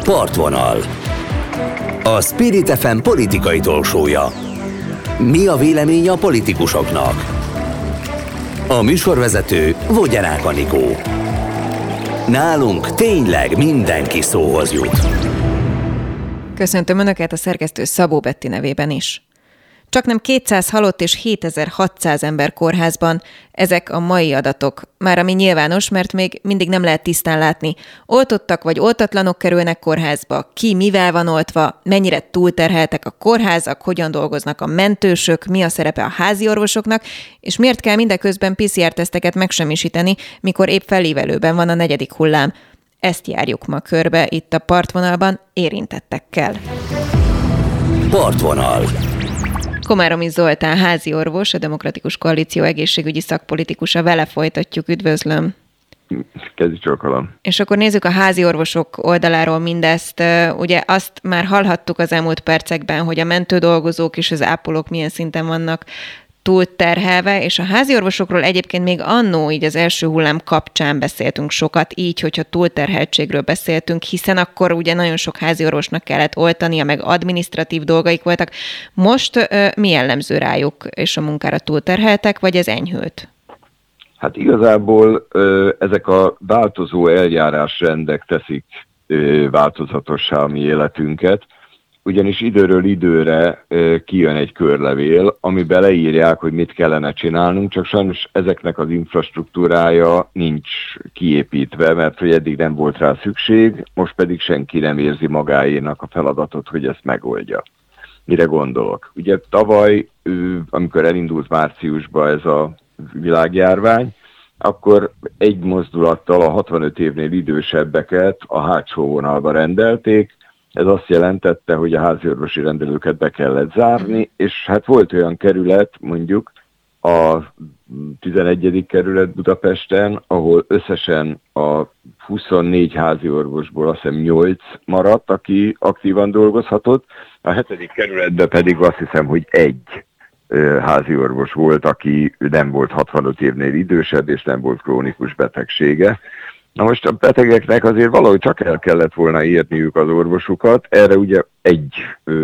Partvonal. A Spirit FM politikai talkshow-ja. Mi a vélemény a politikusoknak? A műsorvezető Vogyarák Anikó. Nálunk tényleg mindenki szóhoz jut. Köszöntöm Önöket a szerkesztő Szabó Betti nevében is. Csaknem 200 halott és 7600 ember kórházban, ezek a mai adatok. Már ami nyilvános, mert még mindig nem lehet tisztán látni. Oltottak vagy oltatlanok kerülnek kórházba, ki mivel van oltva, mennyire túlterheltek a kórházak, hogyan dolgoznak a mentősök, mi a szerepe a házi orvosoknak, és miért kell mindeközben PCR-teszteket megsemmisíteni, mikor épp felívelőben van a 4. hullám. Ezt járjuk ma körbe itt a Partvonalban érintettekkel. Partvonal. Komáromi Zoltán háziorvos, a Demokratikus Koalíció egészségügyi szakpolitikusa, vele folytatjuk, üdvözlöm. Kezdjük. És akkor nézzük a háziorvosok oldaláról mindezt. Ugye azt már hallhattuk az elmúlt percekben, hogy a mentődolgozók és az ápolók milyen szinten vannak túlterhelve, és a háziorvosokról egyébként még annó így az első hullám kapcsán beszéltünk sokat, így, hogyha túlterheltségről beszéltünk, hiszen akkor ugye nagyon sok háziorvosnak kellett oltania, meg adminisztratív dolgaik voltak. Most mi jellemző rájuk, és a munkára túlterheltek, vagy ez enyhült? Hát igazából ezek a változó eljárásrendek teszik változatossá a mi életünket, ugyanis időről időre kijön egy körlevél, amiben leírják, hogy mit kellene csinálnunk, csak sajnos ezeknek az infrastruktúrája nincs kiépítve, mert hogy eddig nem volt rá szükség, most pedig senki nem érzi magáénak a feladatot, hogy ezt megoldja. Mire gondolok? Ugye tavaly, amikor elindult márciusban ez a világjárvány, akkor egy mozdulattal a 65 évnél idősebbeket a hátsó vonalba rendelték. Ez azt jelentette, hogy a háziorvosi rendelőket be kellett zárni, és hát volt olyan kerület, mondjuk a 11. kerület Budapesten, ahol összesen a 24 háziorvosból azt hiszem 8 maradt, aki aktívan dolgozhatott, a 7. kerületben pedig azt hiszem, hogy egy háziorvos volt, aki nem volt 65 évnél idősebb, és nem volt krónikus betegsége. Na most a betegeknek azért valahogy csak el kellett volna érniük az orvosukat, erre ugye egy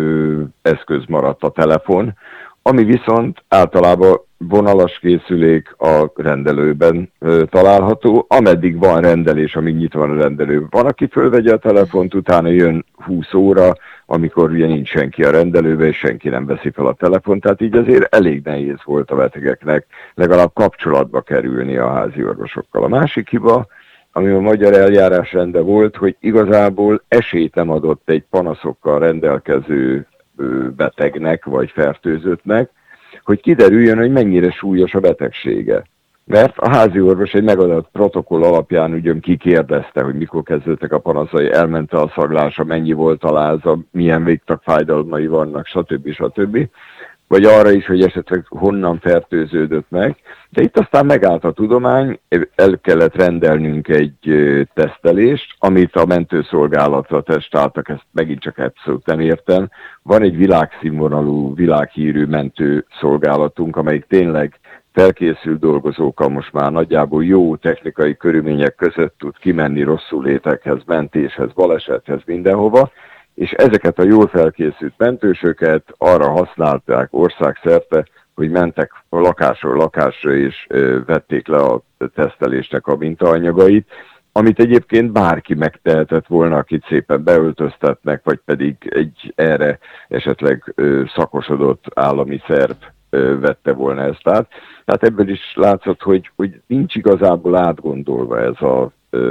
eszköz maradt, a telefon, ami viszont általában vonalas készülék a rendelőben található, ameddig van rendelés, amíg nyitva van a rendelő. Van, aki fölvegye a telefont, utána jön 20 óra, amikor ugye nincs senki a rendelőben, és senki nem veszi fel a telefont, tehát így azért elég nehéz volt a betegeknek legalább kapcsolatba kerülni a háziorvosokkal. A másik hiba, ami a magyar eljárásrendben volt, hogy igazából esélyt nem adott egy panaszokkal rendelkező betegnek vagy fertőzöttnek, hogy kiderüljön, hogy mennyire súlyos a betegsége. Mert a háziorvos egy megadott protokoll alapján ugyan kikérdezte, hogy mikor kezdődtek a panaszai, elmente a szaglása, mennyi volt a láza, milyen végtagfájdalmai vannak, stb. Vagy arra is, hogy esetleg honnan fertőződött meg. De itt aztán megállt a tudomány, el kellett rendelnünk egy tesztelést, amit a mentőszolgálatra testáltak, ezt megint csak abszolút nem értem. Van egy világszínvonalú, világhírű mentőszolgálatunk, amelyik tényleg felkészült dolgozókkal most már nagyjából jó technikai körülmények között tud kimenni rosszulétekhez, mentéshez, balesethez, mindenhova, és ezeket a jól felkészült mentősöket arra használták országszerte, hogy mentek lakásról lakásra, és vették le a tesztelésnek a mintaanyagait, amit egyébként bárki megtehetett volna, akit szépen beöltöztetnek, vagy pedig egy erre esetleg szakosodott állami szerv vette volna ezt át. Tehát ebből is látszott, hogy nincs igazából átgondolva ez a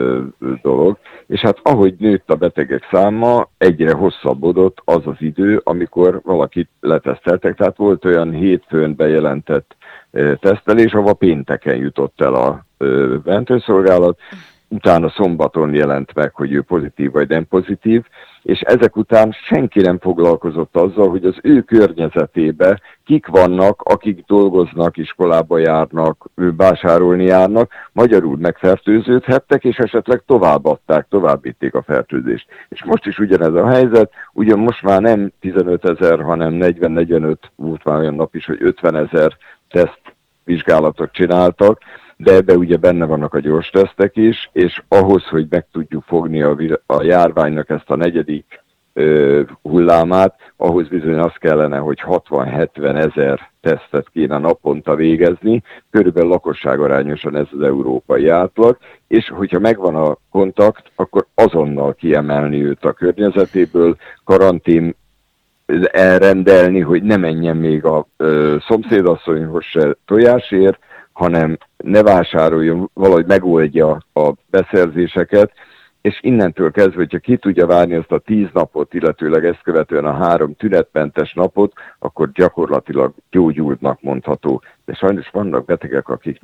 dolog, és hát ahogy nőtt a betegek száma, egyre hosszabbodott az az idő, amikor valakit leteszteltek, tehát volt olyan hétfőn bejelentett tesztelés, ahova pénteken jutott el a mentőszolgálat, utána szombaton jelent meg, hogy ő pozitív vagy nem pozitív, és ezek után senki nem foglalkozott azzal, hogy az ő környezetében kik vannak, akik dolgoznak, iskolába járnak, vásárolni járnak, magyarul megfertőződhettek, és esetleg továbbvitték a fertőzést. És most is ugyanez a helyzet, ugyan most már nem 15 000, hanem 40-45, volt már olyan nap is, hogy 50 000 teszt vizsgálatot csináltak, de ebbe ugye benne vannak a gyors tesztek is, és ahhoz, hogy meg tudjuk fogni a járványnak ezt a negyedik hullámát, ahhoz bizony az kellene, hogy 60-70 ezer tesztet kéne naponta végezni, körülbelül lakosságarányosan ez az európai átlag, és hogyha megvan a kontakt, akkor azonnal kiemelni őt a környezetéből, karantén elrendelni, hogy ne menjen még a szomszédasszonyhoz se tojásért, hanem ne vásároljon, valahogy megoldja a beszerzéseket, és innentől kezdve, hogyha ki tudja várni ezt a 10 napot, illetőleg ezt követően a 3 tünetmentes napot, akkor gyakorlatilag gyógyultnak mondható. De sajnos vannak betegek, akik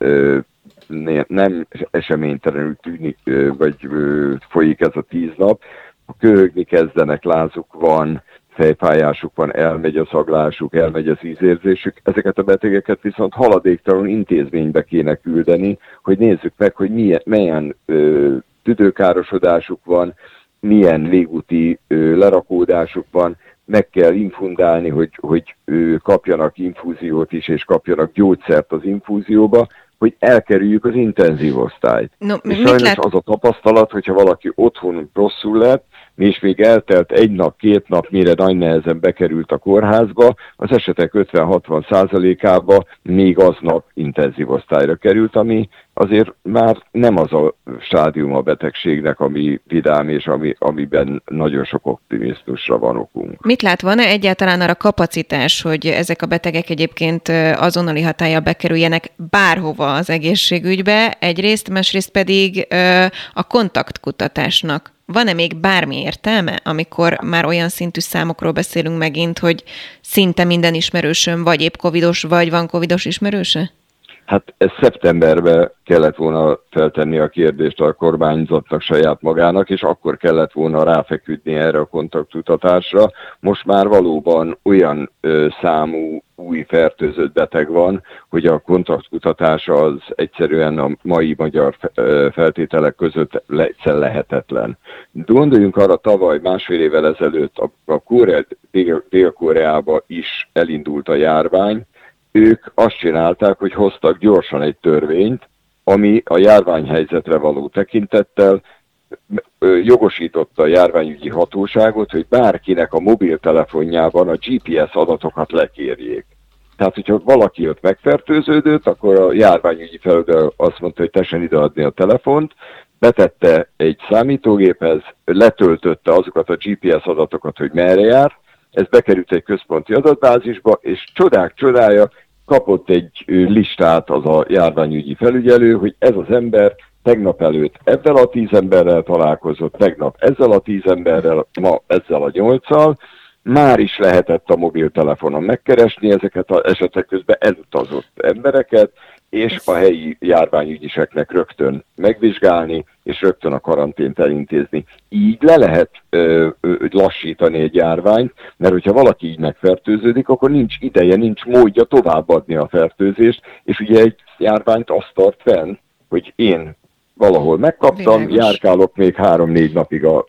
nem eseménytelenül tűnik, vagy folyik ez a 10 nap, köhögni kezdenek, lázuk van, fejfájásuk van, elmegy a szaglásuk, elmegy az ízérzésük. Ezeket a betegeket viszont haladéktalan intézménybe kéne küldeni, hogy nézzük meg, hogy milyen tüdőkárosodásuk van, milyen légúti lerakódásuk van, meg kell infundálni, hogy kapjanak infúziót is, és kapjanak gyógyszert az infúzióba, hogy elkerüljük az intenzív osztályt. No, és sajnos az a tapasztalat, hogyha valaki otthon rosszul lett, és még eltelt 1 nap, 2 nap, mire nagy nehezen bekerült a kórházba, az esetek 50-60%-ába még aznap intenzív osztályra került, ami azért már nem az a stádium a betegségnek, ami vidám, és amiben nagyon sok optimizmusra van okunk. Mit lát, van-e egyáltalán arra kapacitás, hogy ezek a betegek egyébként azonnali hatállyal bekerüljenek bárhova az egészségügybe, egyrészt, másrészt pedig a kontaktkutatásnak? Van-e még bármi értelme, amikor már olyan szintű számokról beszélünk megint, hogy szinte minden ismerősöm vagy épp covidos, vagy van covidos ismerőse? Hát ez szeptemberben kellett volna feltenni a kérdést a kormányzatnak saját magának, és akkor kellett volna ráfeküdni erre a kontaktkutatásra. Most már valóban olyan számú új fertőzött beteg van, hogy a kontaktkutatás az egyszerűen a mai magyar feltételek között lehetetlen. Gondoljunk arra, tavaly 1,5 évvel ezelőtt Dél-Koreában is elindult a járvány. Ők azt csinálták, hogy hoztak gyorsan egy törvényt, ami a járványhelyzetre való tekintettel jogosította a járványügyi hatóságot, hogy bárkinek a mobiltelefonjában a GPS adatokat lekérjék. Tehát, hogyha valaki ott megfertőződött, akkor a járványügyi felügyelő azt mondta, hogy tessen ideadni a telefont, betette egy számítógéphez, letöltötte azokat a GPS adatokat, hogy merre jár, ez bekerült egy központi adatbázisba, és csodák csodája, kapott egy listát az a járványügyi felügyelő, hogy ez az ember tegnap előtt ezzel a 10 emberrel találkozott, tegnap ezzel a 10 emberrel, ma ezzel a 8-al, már is lehetett a mobiltelefonon megkeresni ezeket az esetek közben elutazott embereket, és a helyi járványügyiseknek rögtön megvizsgálni, és rögtön a karantént elintézni. Így le lehet lassítani egy járványt, mert hogyha valaki így megfertőződik, akkor nincs ideje, nincs módja továbbadni a fertőzést, és ugye egy járványt azt tart fenn, hogy én valahol megkaptam, járkálok még 3-4 napig a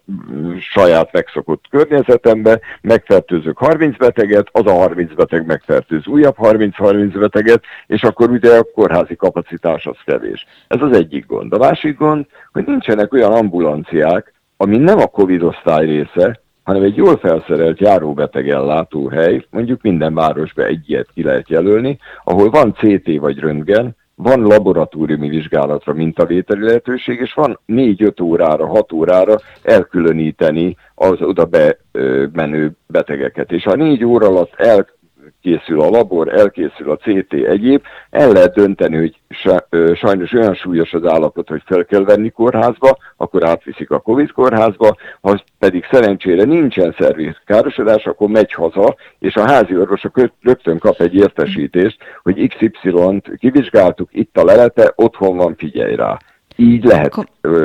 saját megszokott környezetembe, megfertőzök 30 beteget, az a 30 beteg megfertőz újabb 30 beteget, és akkor ugye a kórházi kapacitás az kevés. Ez az egyik gond. A másik gond, hogy nincsenek olyan ambulanciák, ami nem a Covid osztály része, hanem egy jól felszerelt járóbeteg ellátóhely, mondjuk minden városban egy ilyet ki lehet jelölni, ahol van CT vagy röntgen, van laboratóriumi vizsgálatra mintavételi lehetőség, és van 4-5 órára, 6 órára elkülöníteni az oda bemenő betegeket. És ha 4 óra alatt elkészül a labor, elkészül a CT egyéb, el lehet dönteni, hogy sajnos olyan súlyos az állapot, hogy fel kell venni kórházba, akkor átviszik a Covid kórházba, ha pedig szerencsére nincsen szervízkárosodás, akkor megy haza, és a házi orvos rögtön kap egy értesítést, hogy XY-t kivizsgáltuk, itt a lelete, otthon van, figyelj rá. Így lehet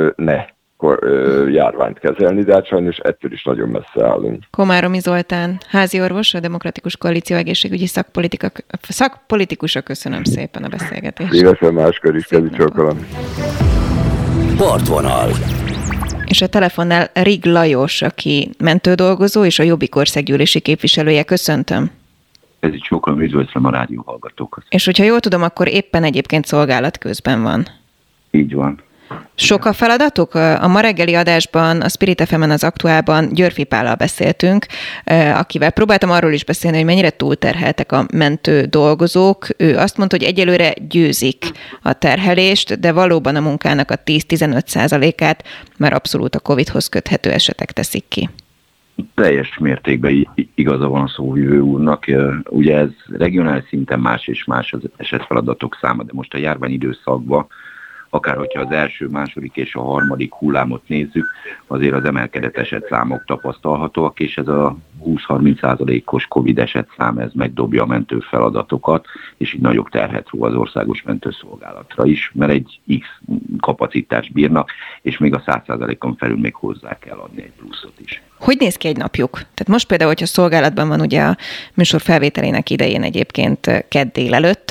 járványt kezelni, de hát sajnos ettől is nagyon messze állunk. Komáromi Zoltán, házi orvos, a Demokratikus Koalíció egészségügyi szakpolitikusa, köszönöm szépen a beszélgetést. Szívesen máskor is, kedvcsókolom. Partvonal. És a telefonnál Rig Lajos, aki mentődolgozó és a Jobbik országgyűlési képviselője. Köszöntöm. Ez így sokkal üdvözlöm a rádió hallgatókat. És hogyha jól tudom, akkor éppen egyébként szolgálat közben van. Így van. Sok a feladatok? A ma reggeli adásban, a Spirit FM-en, az Aktuálban Györfi Pállal beszéltünk, akivel próbáltam arról is beszélni, hogy mennyire túlterheltek a mentő dolgozók. Ő azt mondta, hogy egyelőre győzik a terhelést, de valóban a munkának a 10-15%-át már abszolút a Covid-hoz köthető esetek teszik ki. Teljes mértékben igaza van Szóvivő úrnak. Ugye ez regionális szinten más és más az esetfeladatok száma, de most a járvány időszakban, akár hogyha az első, második és a harmadik hullámot nézzük, azért az emelkedett esetszámok tapasztalhatóak, és ez a 20-30%-os Covid esetszám, ez megdobja a mentő feladatokat, és így nagyobb terhet ró az országos mentőszolgálatra is, mert egy X kapacitást bírnak, és még a 100%-on felül még hozzá kell adni egy pluszot is. Hogy néz ki egy napjuk? Tehát most például, hogyha szolgálatban van ugye a műsor felvételének idején egyébként kedd délelőtt,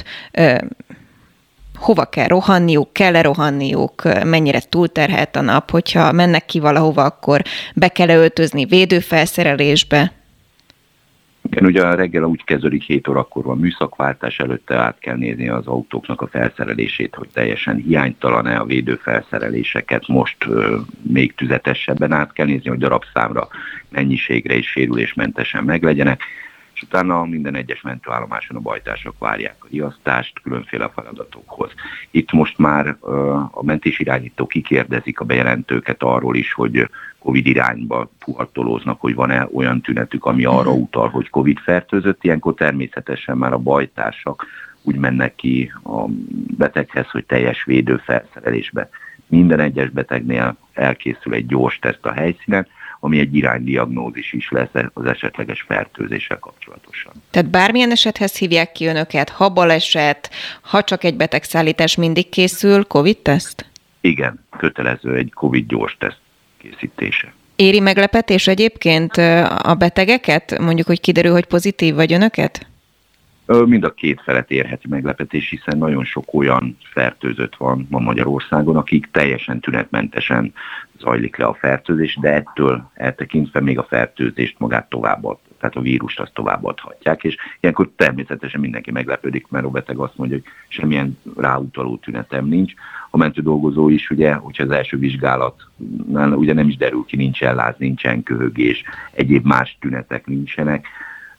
hova kell rohanniuk, kell-e rohanniuk, mennyire túlterhelt a nap, hogyha mennek ki valahova, akkor be kell öltözni védőfelszerelésbe? Igen, ugye a reggel úgy kezdődik, 7 órakor van műszakváltás, előtte át kell nézni az autóknak a felszerelését, hogy teljesen hiánytalan-e a védőfelszereléseket, most még tüzetesebben át kell nézni, hogy darabszámra, mennyiségre és sérülésmentesen meglegyenek, és utána minden egyes mentőállomáson a bajtársak várják a riasztást különféle feladatokhoz. Itt most már a mentésirányító kikérdezik a bejelentőket arról is, hogy Covid irányba puhatolóznak, hogy van-e olyan tünetük, ami arra utal, hogy Covid fertőzött. Ilyenkor természetesen már a bajtársak úgy mennek ki a beteghez, hogy teljes védőfelszerelésbe. Minden egyes betegnél elkészül egy gyors teszt a helyszínen, ami egy iránydiagnózis is lesz az esetleges fertőzéssel kapcsolatosan. Tehát bármilyen esethez hívják ki önöket, ha baleset, ha csak egy betegszállítás, mindig készül Covid-teszt? Igen, kötelező egy Covid gyors teszt készítése. Éri meglepetés egyébként a betegeket? Mondjuk, hogy kiderül, hogy pozitív vagy önöket? Mind a két felet érheti meglepetés, hiszen nagyon sok olyan fertőzött van ma Magyarországon, akik teljesen tünetmentesen zajlik le a fertőzés, de ettől eltekintve még a fertőzést magát továbbad, tehát a vírust azt továbbadhatják, és ilyenkor természetesen mindenki meglepődik, mert a beteg azt mondja, hogy semmilyen ráutaló tünetem nincs. A mentődolgozó is, ugye, hogyha az első vizsgálatnál ugye nem is derül ki, nincsen láz, nincsen köhögés, egyéb más tünetek nincsenek,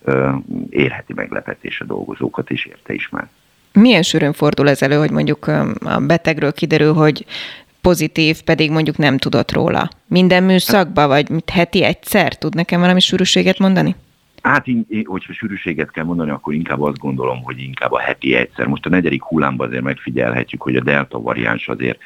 érheti meglepetés a dolgozókat, és érte is már. Milyen sűrűn fordul ez elő, hogy mondjuk a betegről kiderül, hogy pozitív, pedig mondjuk nem tudott róla? Minden műszakban, vagy heti egyszer? Tud nekem valami sűrűséget mondani? Hát, hogyha sűrűséget kell mondani, akkor inkább azt gondolom, hogy inkább a heti egyszer. Most a 4. hullámban azért megfigyelhetjük, hogy a delta variáns azért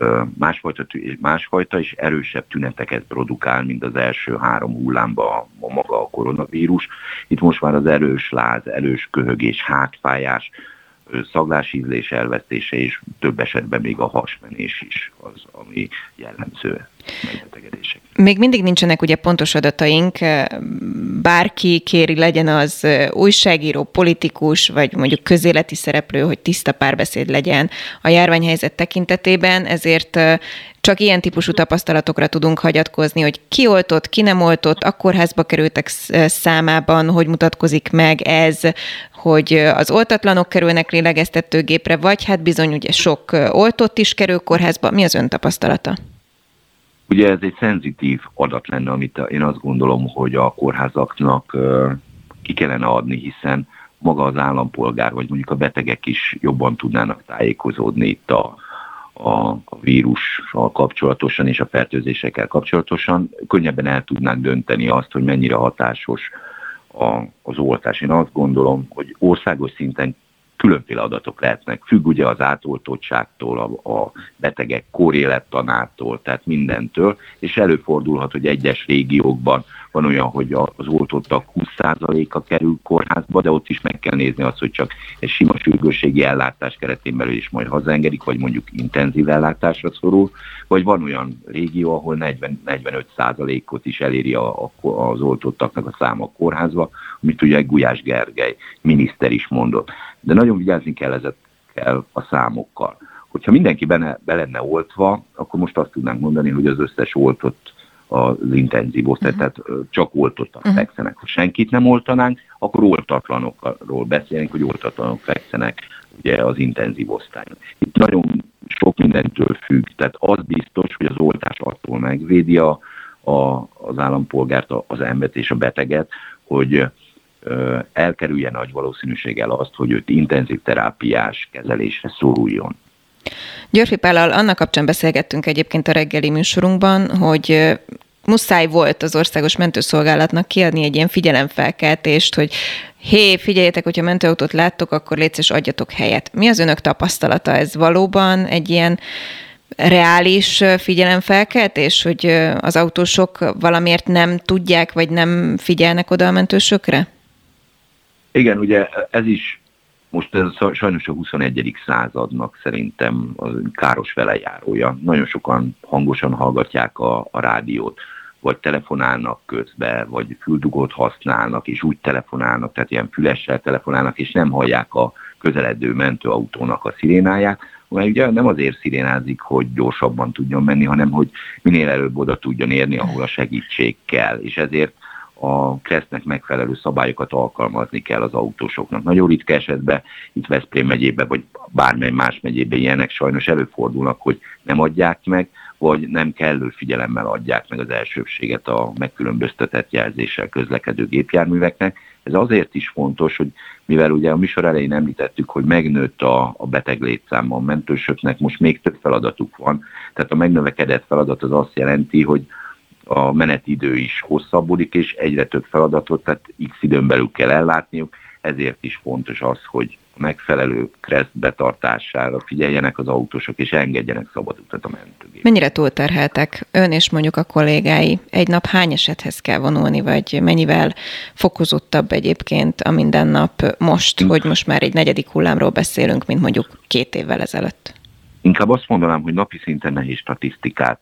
másfajta és erősebb tüneteket produkál, mint az első 3 hullámban a maga a koronavírus. Itt most már az erős láz, erős köhögés, hátfájás, szaglásízlés elvesztése, és több esetben még a hasmenés is az, ami jellemző megbetegedések. Még mindig nincsenek ugye pontos adataink, bárki kéri, legyen az újságíró, politikus, vagy mondjuk közéleti szereplő, hogy tiszta párbeszéd legyen a járványhelyzet tekintetében, ezért csak ilyen típusú tapasztalatokra tudunk hagyatkozni, hogy ki oltott, ki nem oltott, a kórházba kerültek számában, hogy mutatkozik meg ez, hogy az oltatlanok kerülnek lélegeztetőgépre, vagy hát bizony ugye sok oltott is kerül kórházba. Mi az ön tapasztalata? Ugye ez egy szenzitív adat lenne, amit én azt gondolom, hogy a kórházaknak ki kellene adni, hiszen maga az állampolgár, vagy mondjuk a betegek is jobban tudnának tájékozódni itt a vírussal kapcsolatosan és a fertőzésekkel kapcsolatosan. Könnyebben el tudnák dönteni azt, hogy mennyire hatásos az oltás. Én azt gondolom, hogy országos szinten különféle adatok lehetnek, függ ugye az átoltottságtól, a betegek korélettanától, tehát mindentől, és előfordulhat, hogy egyes régiókban van olyan, hogy az oltottak 20%-a kerül kórházba, de ott is meg kell nézni azt, hogy csak egy sima sürgősségi ellátás keretén belül is majd hazaengedik, vagy mondjuk intenzív ellátásra szorul, vagy van olyan régió, ahol 40-45%-ot is eléri az oltottaknak a száma a kórházba, amit ugye Gulyás Gergely miniszter is mondott. De nagyon vigyázni kell ezekkel a számokkal. Hogyha mindenki be lenne oltva, akkor most azt tudnánk mondani, hogy az összes oltott az intenzív osztály, tehát csak oltottak fekszenek. Ha senkit nem oltanánk, akkor oltatlanokról beszélünk, hogy oltatlanok fekszenek ugye az intenzív osztályon. Itt nagyon sok mindentől függ, tehát az biztos, hogy az oltás attól megvédi az állampolgárt, az embert és a beteget, hogy elkerülje nagy valószínűséggel azt, hogy őt intenzív terápiás kezelésre szoruljon. Györfi Pállal annak kapcsán beszélgettünk egyébként a reggeli műsorunkban, hogy muszáj volt az Országos Mentőszolgálatnak kiadni egy ilyen figyelemfelkeltést, hogy figyeljetek, hogyha mentőautót láttok, akkor légy szíves, adjatok helyet. Mi az önök tapasztalata? Ez valóban egy ilyen reális figyelemfelkeltés, hogy az autósok valamiért nem tudják, vagy nem figyelnek oda a mentősökre? Igen, ugye ez is most ez sajnos a 21. századnak szerintem a káros velejárója. Nagyon sokan hangosan hallgatják a rádiót, vagy telefonálnak közbe, vagy füldugót használnak, és úgy telefonálnak, tehát ilyen fülessel telefonálnak, és nem hallják a közeledő mentőautónak a szirénáját, mert ugye nem azért szirénázik, hogy gyorsabban tudjon menni, hanem hogy minél előbb oda tudjon érni, ahol a segítség kell, és ezért a KRESZ-nek megfelelő szabályokat alkalmazni kell az autósoknak. Nagyon ritka esetben, itt Veszprém megyében, vagy bármely más megyében ilyenek sajnos előfordulnak, hogy nem adják meg, vagy nem kellő figyelemmel adják meg az elsőbséget a megkülönböztetett jelzéssel közlekedő gépjárműveknek. Ez azért is fontos, hogy mivel ugye a műsor elején említettük, hogy megnőtt a beteg létszáma a mentősöknek, most még több feladatuk van. Tehát a megnövekedett feladat az azt jelenti, hogy a menetidő is hosszabbodik, és egyre több feladatot, tehát x időn belül kell ellátniuk, ezért is fontos az, hogy a megfelelő KRESZ betartására figyeljenek az autósok, és engedjenek szabad utat a mentőgépnek. Mennyire túlterheltek ön és mondjuk a kollégái? Egy nap hány esethez kell vonulni, vagy mennyivel fokozottabb egyébként a mindennap most, hogy most már egy 4. hullámról beszélünk, mint mondjuk 2 évvel ezelőtt? Inkább azt mondanám, hogy napi szinten nehéz statisztikát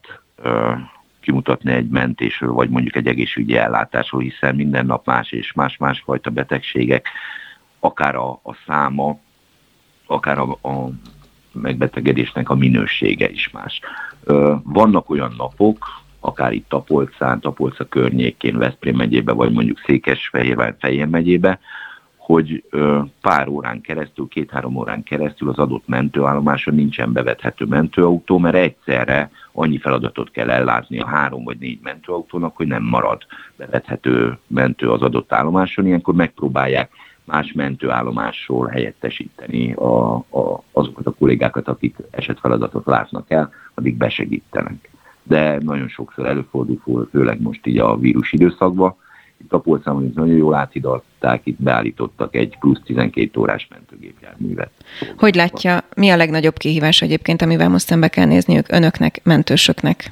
kimutatni egy mentésről, vagy mondjuk egy egészségügyi ellátásról, hiszen minden nap más és másfajta betegségek, akár a száma, akár a megbetegedésnek a minősége is más. Vannak olyan napok, akár itt Tapolca környékén, Veszprém megyében, vagy mondjuk Székesfehérvár, Fejér megyében, hogy pár órán keresztül, 2-3 órán keresztül az adott mentőállomáson nincsen bevethető mentőautó, mert egyszerre annyi feladatot kell ellátni a 3 vagy 4 mentőautónak, hogy nem marad bevethető mentő az adott állomáson. Ilyenkor megpróbálják más mentőállomásról helyettesíteni azokat a kollégákat, akik esetfeladatot látnak el, addig besegítenek. De nagyon sokszor előfordul, főleg most így a vírus időszakban. Itt Tapolcán nagyon jól áthidalták, itt beállítottak egy plusz 12 órás mentőgépjárművet. Hogy látja, mi a legnagyobb kihívás egyébként, amivel most szembe kell nézniük önöknek, mentősöknek?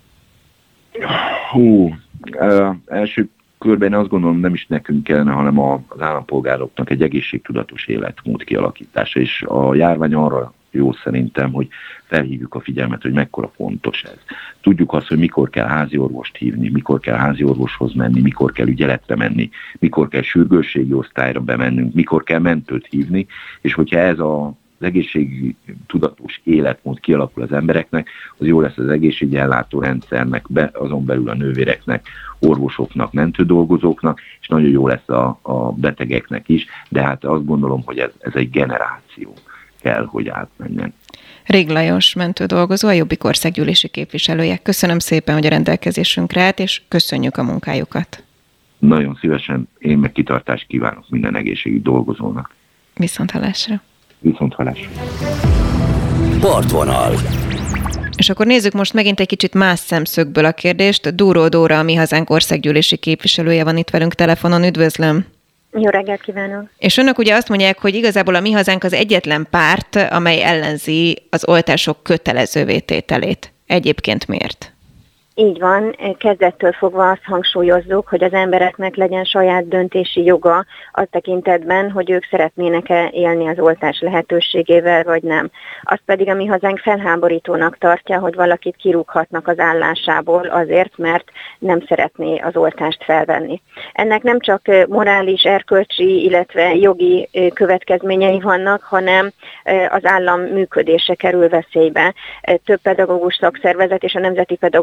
Első körben azt gondolom, nem is nekünk kellene, hanem az állampolgároknak egy egészségtudatos életmód kialakítása, és a járvány arra jó szerintem, hogy felhívjuk a figyelmet, hogy mekkora fontos ez. Tudjuk azt, hogy mikor kell házi orvost hívni, mikor kell házi orvoshoz menni, mikor kell ügyeletre menni, mikor kell sürgősségi osztályra bemennünk, mikor kell mentőt hívni, és hogyha ez az egészségtudatos életmód kialakul az embereknek, az jó lesz az egészségügyi ellátórendszernek, azon belül a nővéreknek, orvosoknak, mentődolgozóknak, és nagyon jó lesz a betegeknek is, de hát azt gondolom, hogy ez egy generáció kell, hogy átmenjen. Rég Lajos mentődolgozó, a Jobbik országgyűlési képviselője. Köszönöm szépen, hogy a rendelkezésünkre állt, és köszönjük a munkájukat. Nagyon szívesen, én meg kitartást kívánok minden egészségügyi dolgozónak. Viszonthallásra. Viszonthallásra. Partvonal. És akkor nézzük most megint egy kicsit más szemszögből a kérdést. Dúró Dóra, a Mi Hazánk országgyűlési képviselője van itt velünk telefonon. Üdvözlöm! Jó reggelt kívánok! És önök ugye azt mondják, hogy igazából a Mi Hazánk az egyetlen párt, amely ellenzi az oltások kötelezővé tételét. Egyébként miért? Így van, kezdettől fogva azt hangsúlyozzuk, hogy az embereknek legyen saját döntési joga az tekintetben, hogy ők szeretnének-e élni az oltás lehetőségével, vagy nem. Azt pedig a Mi Hazánk felháborítónak tartja, hogy valakit kirúghatnak az állásából azért, mert nem szeretné az oltást felvenni. Ennek nem csak morális, erkölcsi, illetve jogi következményei vannak, hanem az állam működése kerül veszélybe. Több pedagógus szakszervezet és a Nemzeti Pedagógus Kar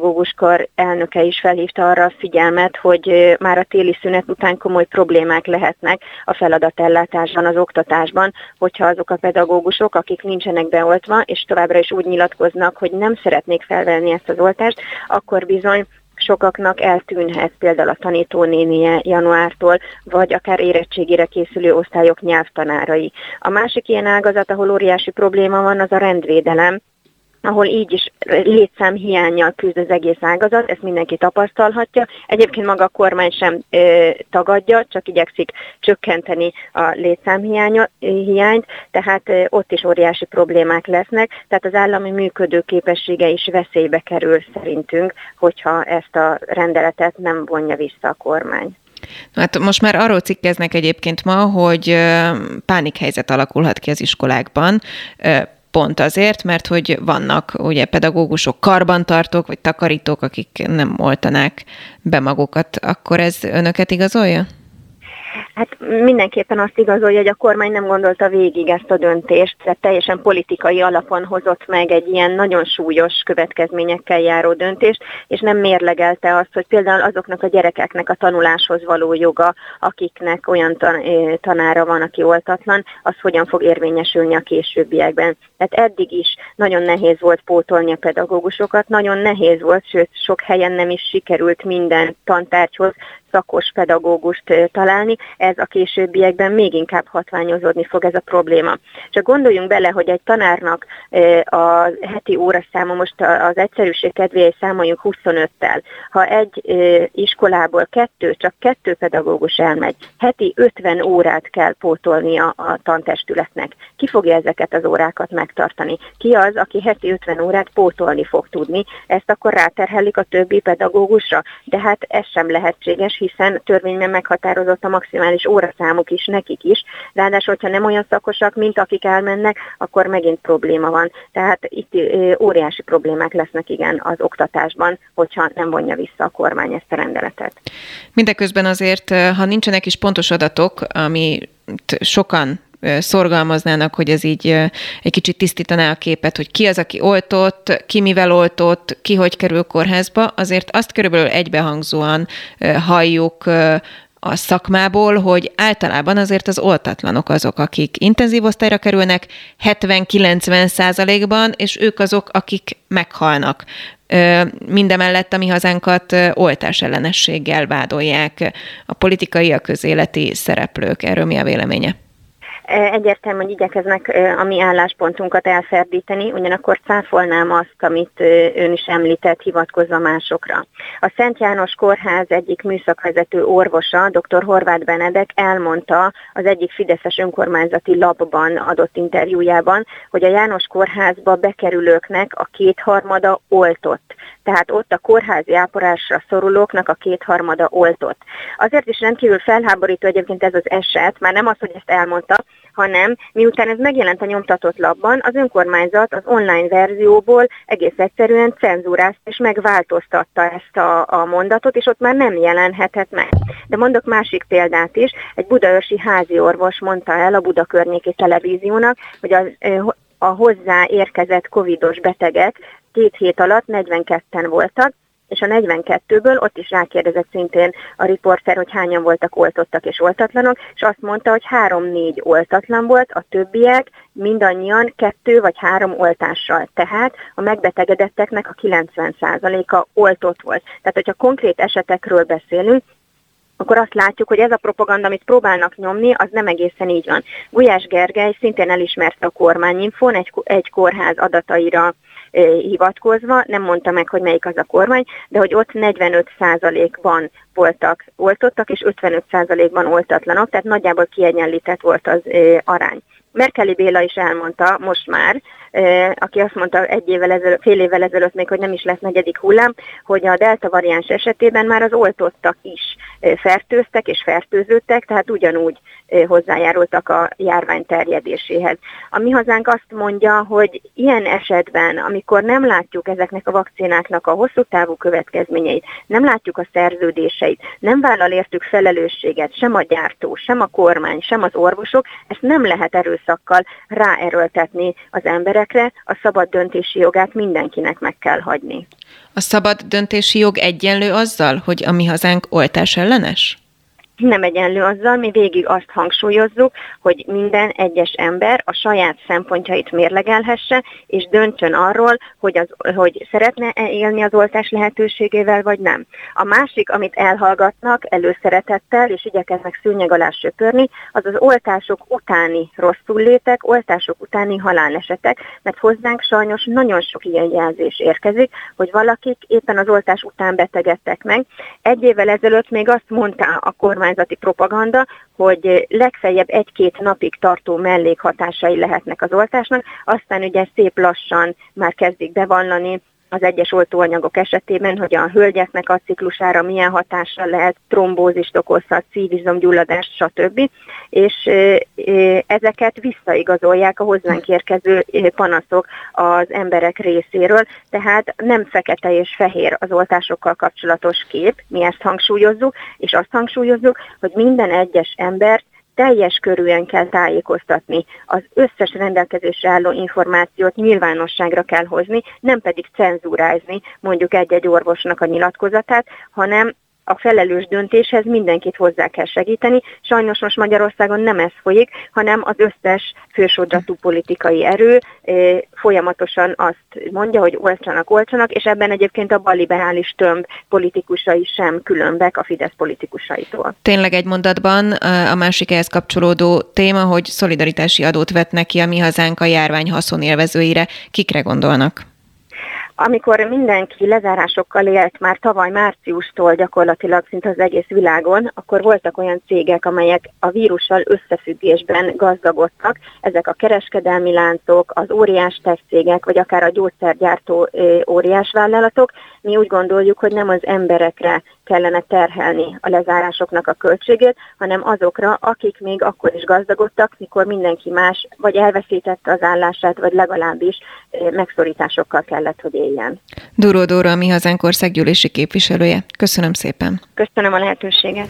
főkar elnöke is felhívta arra a figyelmet, hogy már a téli szünet után komoly problémák lehetnek a feladatellátásban, az oktatásban, hogyha azok a pedagógusok, akik nincsenek beoltva, és továbbra is úgy nyilatkoznak, hogy nem szeretnék felvenni ezt az oltást, akkor bizony sokaknak eltűnhet például a tanítónénie januártól, vagy akár érettségére készülő osztályok nyelvtanárai. A másik ilyen ágazat, ahol óriási probléma van, az a rendvédelem, ahol így is létszámhiánnyal küzd az egész ágazat, ezt mindenki tapasztalhatja. Egyébként maga a kormány sem tagadja, csak igyekszik csökkenteni a létszámhiányt, tehát ott is óriási problémák lesznek, tehát az állami működőképessége is veszélybe kerül szerintünk, hogyha ezt a rendeletet nem vonja vissza a kormány. Hát most már arról cikkeznek egyébként ma, hogy pánikhelyzet alakulhat ki az iskolákban, pont azért, mert hogy vannak ugye pedagógusok, karbantartók vagy takarítók, akik nem oltanák be magukat. Akkor ez önöket igazolja? Hát mindenképpen azt igazolja, hogy a kormány nem gondolta végig ezt a döntést, tehát teljesen politikai alapon hozott meg egy ilyen nagyon súlyos következményekkel járó döntést, és nem mérlegelte azt, hogy például azoknak a gyerekeknek a tanuláshoz való joga, akiknek olyan tanára van, aki oltatlan, az hogyan fog érvényesülni a későbbiekben. Tehát eddig is nagyon nehéz volt pótolni a pedagógusokat, nagyon nehéz volt, sőt sok helyen nem is sikerült minden tantárgyhoz szakos pedagógust találni, ez a későbbiekben még inkább hatványozódni fog ez a probléma. Csak gondoljunk bele, hogy egy tanárnak a heti óraszáma, most az egyszerűség kedvéért számoljunk 25-tel. Ha egy iskolából csak kettő pedagógus elmegy, heti 50 órát kell pótolnia a tantestületnek. Ki fogja ezeket az órákat megtartani? Ki az, aki heti 50 órát pótolni fog tudni? Ezt akkor ráterhelik a többi pedagógusra? De hát ez sem lehetséges, hiszen törvényben meghatározott a maximális óraszámuk is nekik is, ráadásul, hogyha nem olyan szakosak, mint akik elmennek, akkor megint probléma van. Tehát itt óriási problémák lesznek igen az oktatásban, hogyha nem vonja vissza a kormány ezt a rendeletet. Mindeközben azért, ha nincsenek is pontos adatok, amit sokan szorgalmaznának, hogy ez így egy kicsit tisztítaná a képet, hogy ki az, aki oltott, ki mivel oltott, ki hogy kerül kórházba, azért azt körülbelül egybehangzóan halljuk a szakmából, hogy általában azért az oltatlanok azok, akik intenzív osztályra kerülnek 70-90%-ban, és ők azok, akik meghalnak. Mindemellett a mi hazánkat oltásellenességgel vádolják a politikai, a közéleti szereplők. Erről mi a véleménye? Egyértelműen, hogy igyekeznek a mi álláspontunkat elferdíteni, ugyanakkor cáfolnám azt, amit ön is említett, hivatkozva másokra. A Szent János Kórház egyik műszakvezető orvosa, dr. Horváth Benedek elmondta az egyik fideszes önkormányzati lapban adott interjújában, hogy a János Kórházba bekerülőknek a 2/3 oltott. Tehát ott a kórházi ápolásra szorulóknak a 2/3 oltott. Azért is rendkívül felháborító egyébként ez az eset, már nem az, hogy ezt elmondta, hanem miután ez megjelent a nyomtatott lapban, az önkormányzat az online verzióból egész egyszerűen cenzúrázta és megváltoztatta ezt a mondatot, és ott már nem jelenhetett meg. De mondok másik példát is, egy budaörsi háziorvos mondta el a Buda Környéki Televíziónak, hogy a hozzá érkezett covidos betegek 2 hét alatt 42-en voltak, és a 42-ből ott is rákérdezett szintén a riporter, hogy hányan voltak oltottak és oltatlanok, és azt mondta, hogy 3-4 oltatlan volt, a többiek mindannyian 2 vagy 3 oltással. Tehát a megbetegedetteknek a 90%-a oltott volt. Tehát, hogyha konkrét esetekről beszélünk, akkor azt látjuk, hogy ez a propaganda, amit próbálnak nyomni, az nem egészen így van. Gulyás Gergely szintén elismerte a Kormányinfón egy kórház adataira hivatkozva, nem mondta meg, hogy melyik az a kormány, de hogy ott 45%-ban voltak oltottak, és 55%-ban oltatlanok, tehát nagyjából kiegyenlített volt az arány. Merkeli Béla is elmondta most már, aki azt mondta fél évvel ezelőtt még, hogy nem is lesz 4. hullám, hogy a delta variáns esetében már az oltottak is fertőztek és fertőződtek, tehát ugyanúgy hozzájárultak a járvány terjedéséhez. A Mi Hazánk azt mondja, hogy ilyen esetben, amikor nem látjuk ezeknek a vakcináknak a hosszú távú következményeit, nem látjuk a szerződéseit, nem vállal értük felelősséget, sem a gyártó, sem a kormány, sem az orvosok, ezt nem lehet erőszakkal ráerőltetni az emberekre, a szabad döntési jogát mindenkinek meg kell hagyni. A szabad döntési jog egyenlő azzal, hogy a Mi Hazánk oltás ellenes? Nem egyenlő azzal, mi végig azt hangsúlyozzuk, hogy minden egyes ember a saját szempontjait mérlegelhesse, és döntsön arról, hogy szeretne élni az oltás lehetőségével, vagy nem. A másik, amit elhallgatnak előszeretettel, és igyekeznek szőnyeg alá söpörni, az az oltások utáni rosszullétek, oltások utáni halálesetek, mert hozzánk sajnos nagyon sok ilyen jelzés érkezik, hogy valakik éppen az oltás után betegedtek meg. Egy évvel ezelőtt még azt mondta a kormányzati propaganda, hogy legfeljebb 1-2 napig tartó mellékhatásai lehetnek az oltásnak, aztán ugye szép lassan már kezdik bevallani az egyes oltóanyagok esetében, hogy a hölgyeknek a ciklusára milyen hatással lehet, trombózist okozhat, szívizomgyulladást, stb. És ezeket visszaigazolják a hozzánk érkező panaszok az emberek részéről, tehát nem fekete és fehér az oltásokkal kapcsolatos kép, mi ezt hangsúlyozzuk, és azt hangsúlyozzuk, hogy minden egyes embert teljes körűen kell tájékoztatni, az összes rendelkezésre álló információt nyilvánosságra kell hozni, nem pedig cenzúrázni mondjuk egy-egy orvosnak a nyilatkozatát, hanem a felelős döntéshez mindenkit hozzá kell segíteni. Sajnos most Magyarországon nem ez folyik, hanem az összes fősodratú politikai erő folyamatosan azt mondja, hogy oltsanak, és ebben egyébként a balliberális tömb politikusai sem különbek a Fidesz politikusaitól. Tényleg egy mondatban a másik ehhez kapcsolódó téma, hogy szolidaritási adót vetnek ki a Mi Hazánk a járvány haszonélvezőire. Kikre gondolnak? Amikor mindenki lezárásokkal élt már tavaly márciustól gyakorlatilag szinte az egész világon, akkor voltak olyan cégek, amelyek a vírussal összefüggésben gazdagodtak. Ezek a kereskedelmi láncok, az óriás tech cégek, vagy akár a gyógyszergyártó óriás vállalatok. Mi úgy gondoljuk, hogy nem az emberekre kellene terhelni a lezárásoknak a költségét, hanem azokra, akik még akkor is gazdagodtak, mikor mindenki más vagy elveszítette az állását, vagy legalábbis megszorításokkal kellett, hogy éljen. Duró Dóra, a Mi Hazánk országgyűlési képviselője. Köszönöm szépen. Köszönöm a lehetőséget.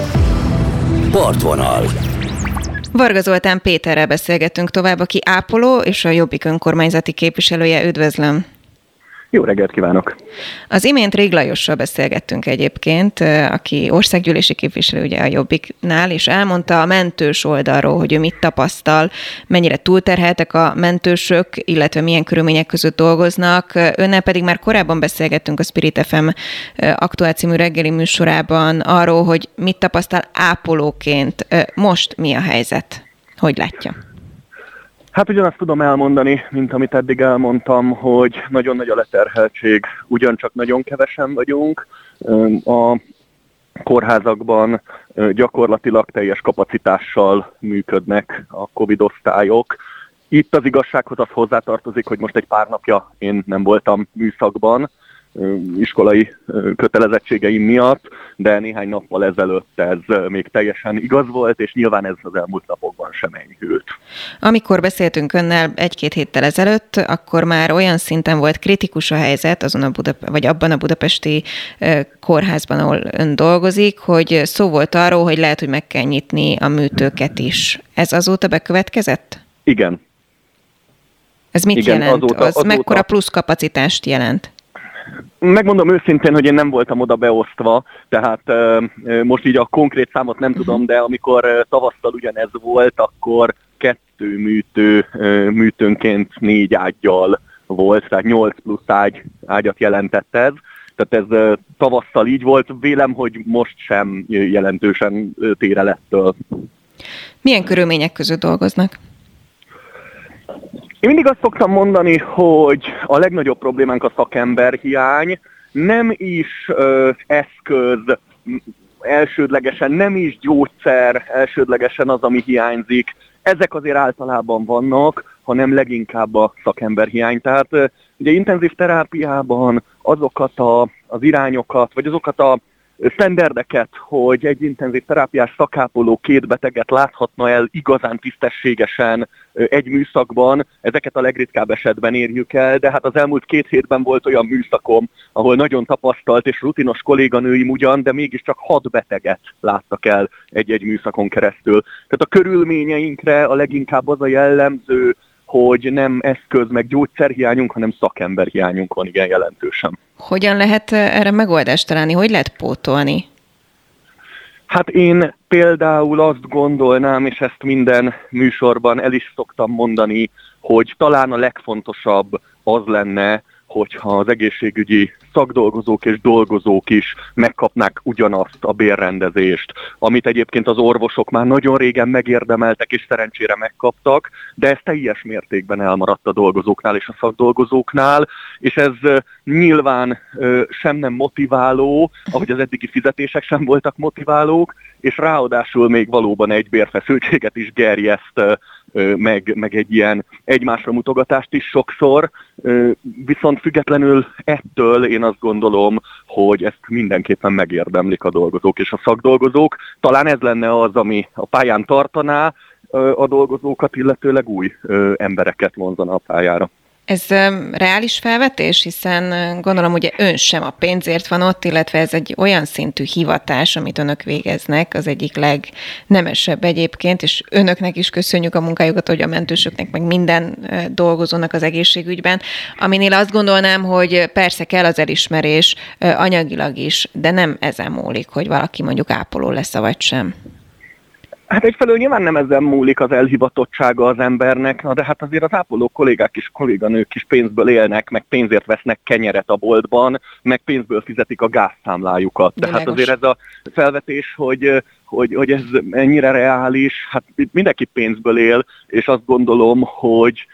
Partvonal. Varga Zoltán Péterrel beszélgetünk tovább, aki ápoló és a Jobbik önkormányzati képviselője. Üdvözlöm! Jó reggelt kívánok! Az imént Rég Lajossal beszélgettünk egyébként, aki országgyűlési képviselő ugye a Jobbiknál, és elmondta a mentős oldalról, hogy ő mit tapasztal, mennyire túlterheltek a mentősök, illetve milyen körülmények között dolgoznak. Önnel pedig már korábban beszélgettünk a Spirit FM Aktuál című reggeli műsorában arról, hogy mit tapasztal ápolóként. Most mi a helyzet? Hogy látja? Hát ugyanazt tudom elmondani, mint amit eddig elmondtam, hogy nagyon nagy a leterheltség, ugyancsak nagyon kevesen vagyunk. A kórházakban gyakorlatilag teljes kapacitással működnek a Covid osztályok. Itt az igazsághoz az hozzátartozik, hogy most egy pár napja én nem voltam műszakban, iskolai kötelezettségeim miatt, de néhány nappal ezelőtt ez még teljesen igaz volt, és nyilván ez az elmúlt napokban sem enyhült. Amikor beszéltünk önnel 1-2 héttel ezelőtt, akkor már olyan szinten volt kritikus a helyzet vagy abban a budapesti kórházban, ahol ön dolgozik, hogy szó volt arról, hogy lehet, hogy meg kell nyitni a műtőket is. Ez azóta bekövetkezett? Igen. Ez mit jelent? Mekkora plusz kapacitást jelent? Megmondom őszintén, hogy én nem voltam oda beosztva, tehát most így a konkrét számot nem tudom, de amikor tavasszal ugyanez volt, akkor 2 műtőnként 4 ággyal volt, tehát 8 plusz ágyat jelentett ez. Tehát ez tavasszal így volt, vélem, hogy most sem jelentősen tér el ettől. Milyen körülmények között dolgoznak? Én mindig azt szoktam mondani, hogy a legnagyobb problémánk a szakemberhiány, nem is eszköz elsődlegesen, nem is gyógyszer elsődlegesen az, ami hiányzik. Ezek azért általában vannak, hanem leginkább a szakemberhiány. Tehát ugye intenzív terápiában azokat az irányokat, vagy azokat a sztenderdeket, hogy egy intenzív terápiás szakápoló 2 beteget láthatna el igazán tisztességesen egy műszakban, ezeket a legritkább esetben érjük el, de hát az elmúlt 2 hétben volt olyan műszakom, ahol nagyon tapasztalt és rutinos kolléganőim ugyan, de mégiscsak 6 beteget láttak el egy-egy műszakon keresztül. Tehát a körülményeinkre a leginkább az a jellemző, hogy nem eszköz meg gyógyszerhiányunk, hanem szakemberhiányunk van igen jelentősen. Hogyan lehet erre megoldást találni? Hogy lehet pótolni? Hát én például azt gondolnám, és ezt minden műsorban el is szoktam mondani, hogy talán a legfontosabb az lenne, hogyha az egészségügyi szakdolgozók és dolgozók is megkapnák ugyanazt a bérrendezést, amit egyébként az orvosok már nagyon régen megérdemeltek és szerencsére megkaptak, de ez teljes mértékben elmaradt a dolgozóknál és a szakdolgozóknál, és ez nyilván sem nem motiváló, ahogy az eddigi fizetések sem voltak motiválók, és ráadásul még valóban egy bérfeszültséget is gerjeszt, meg egy ilyen egymásra mutogatást is sokszor, viszont függetlenül ettől én azt gondolom, hogy ezt mindenképpen megérdemlik a dolgozók és a szakdolgozók. Talán ez lenne az, ami a pályán tartaná a dolgozókat, illetőleg új embereket vonzana a pályára. Ez reális felvetés, hiszen gondolom ugye ön sem a pénzért van ott, illetve ez egy olyan szintű hivatás, amit önök végeznek, az egyik legnemesebb egyébként, és önöknek is köszönjük a munkájukat, hogy a mentősöknek, meg minden dolgozónak az egészségügyben, aminél azt gondolnám, hogy persze kell az elismerés anyagilag is, de nem ezen múlik, hogy valaki mondjuk ápoló lesz, vagy sem. Hát egyfelől nyilván nem ezen múlik az elhivatottsága az embernek, de hát azért az ápoló kollégák és kolléganők is pénzből élnek, meg pénzért vesznek kenyeret a boltban, meg pénzből fizetik a gázszámlájukat. Tehát azért ez a felvetés, hogy ez ennyire reális, hát mindenki pénzből él, és azt gondolom, hogy